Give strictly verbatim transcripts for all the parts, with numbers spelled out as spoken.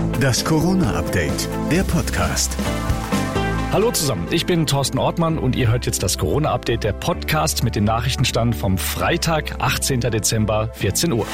Das Corona-Update, der Podcast. Hallo zusammen, ich bin Thorsten Ortmann und ihr hört jetzt das Corona-Update, der Podcast mit dem Nachrichtenstand vom Freitag, achtzehnten Dezember, vierzehn Uhr.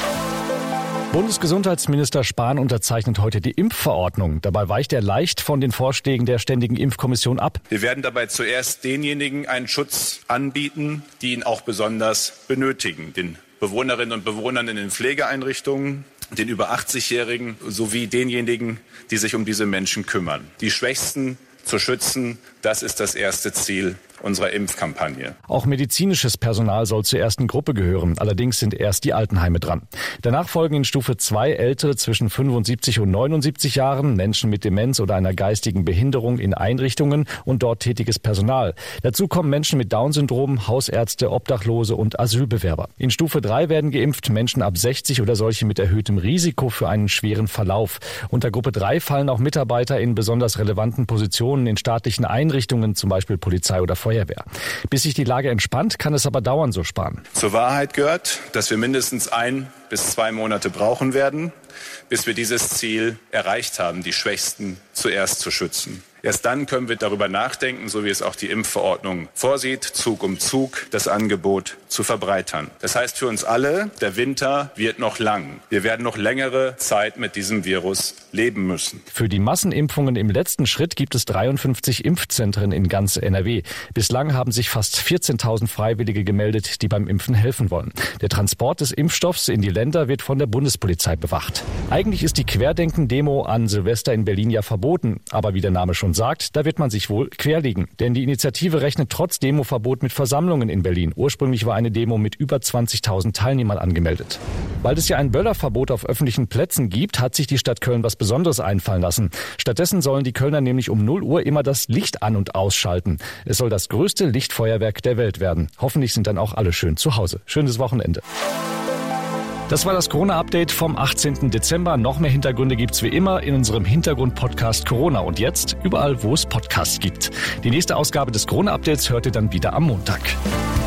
Bundesgesundheitsminister Spahn unterzeichnet heute die Impfverordnung. Dabei weicht er leicht von den Vorschlägen der Ständigen Impfkommission ab. Wir werden dabei zuerst denjenigen einen Schutz anbieten, die ihn auch besonders benötigen. Den Bewohnerinnen und Bewohnern in den Pflegeeinrichtungen, den über achtzig-Jährigen sowie denjenigen, die sich um diese Menschen kümmern. Die Schwächsten zu schützen, das ist das erste Ziel unserer Impfkampagne. Auch medizinisches Personal soll zur ersten Gruppe gehören. Allerdings sind erst die Altenheime dran. Danach folgen in Stufe zwei Ältere zwischen fünfundsiebzig und neunundsiebzig Jahren, Menschen mit Demenz oder einer geistigen Behinderung in Einrichtungen und dort tätiges Personal. Dazu kommen Menschen mit Down-Syndrom, Hausärzte, Obdachlose und Asylbewerber. In Stufe drei werden geimpft Menschen ab sechzig oder solche mit erhöhtem Risiko für einen schweren Verlauf. Unter Gruppe drei fallen auch Mitarbeiter in besonders relevanten Positionen in staatlichen Einrichtungen, zum Beispiel Polizei oder Feuerwehr. Feuerwehr. Bis sich die Lage entspannt, kann es aber dauern, so Spahn. Zur Wahrheit gehört, dass wir mindestens ein bis zwei Monate brauchen werden, bis wir dieses Ziel erreicht haben, die Schwächsten zuerst zu schützen. Erst dann können wir darüber nachdenken, so wie es auch die Impfverordnung vorsieht, Zug um Zug das Angebot zu verbreitern. Das heißt für uns alle, der Winter wird noch lang. Wir werden noch längere Zeit mit diesem Virus leben müssen. Für die Massenimpfungen im letzten Schritt gibt es dreiundfünfzig Impfzentren in ganz N R W. Bislang haben sich fast vierzehntausend Freiwillige gemeldet, die beim Impfen helfen wollen. Der Transport des Impfstoffs in die Länder wird von der Bundespolizei bewacht. Eigentlich ist die Querdenken-Demo an Silvester in Berlin ja verboten. Aber wie der Name schon sagt, da wird man sich wohl querlegen. Denn die Initiative rechnet trotz Demoverbot mit Versammlungen in Berlin. Ursprünglich war eine Demo mit über zwanzigtausend Teilnehmern angemeldet. Weil es ja ein Böllerverbot auf öffentlichen Plätzen gibt, hat sich die Stadt Köln was Besonderes einfallen lassen. Stattdessen sollen die Kölner nämlich um null Uhr immer das Licht an- und ausschalten. Es soll das größte Lichtfeuerwerk der Welt werden. Hoffentlich sind dann auch alle schön zu Hause. Schönes Wochenende. Das war das Corona-Update vom achtzehnten Dezember. Noch mehr Hintergründe gibt's wie immer in unserem Hintergrund-Podcast Corona. Und jetzt überall, wo es Podcasts gibt. Die nächste Ausgabe des Corona-Updates hört ihr dann wieder am Montag.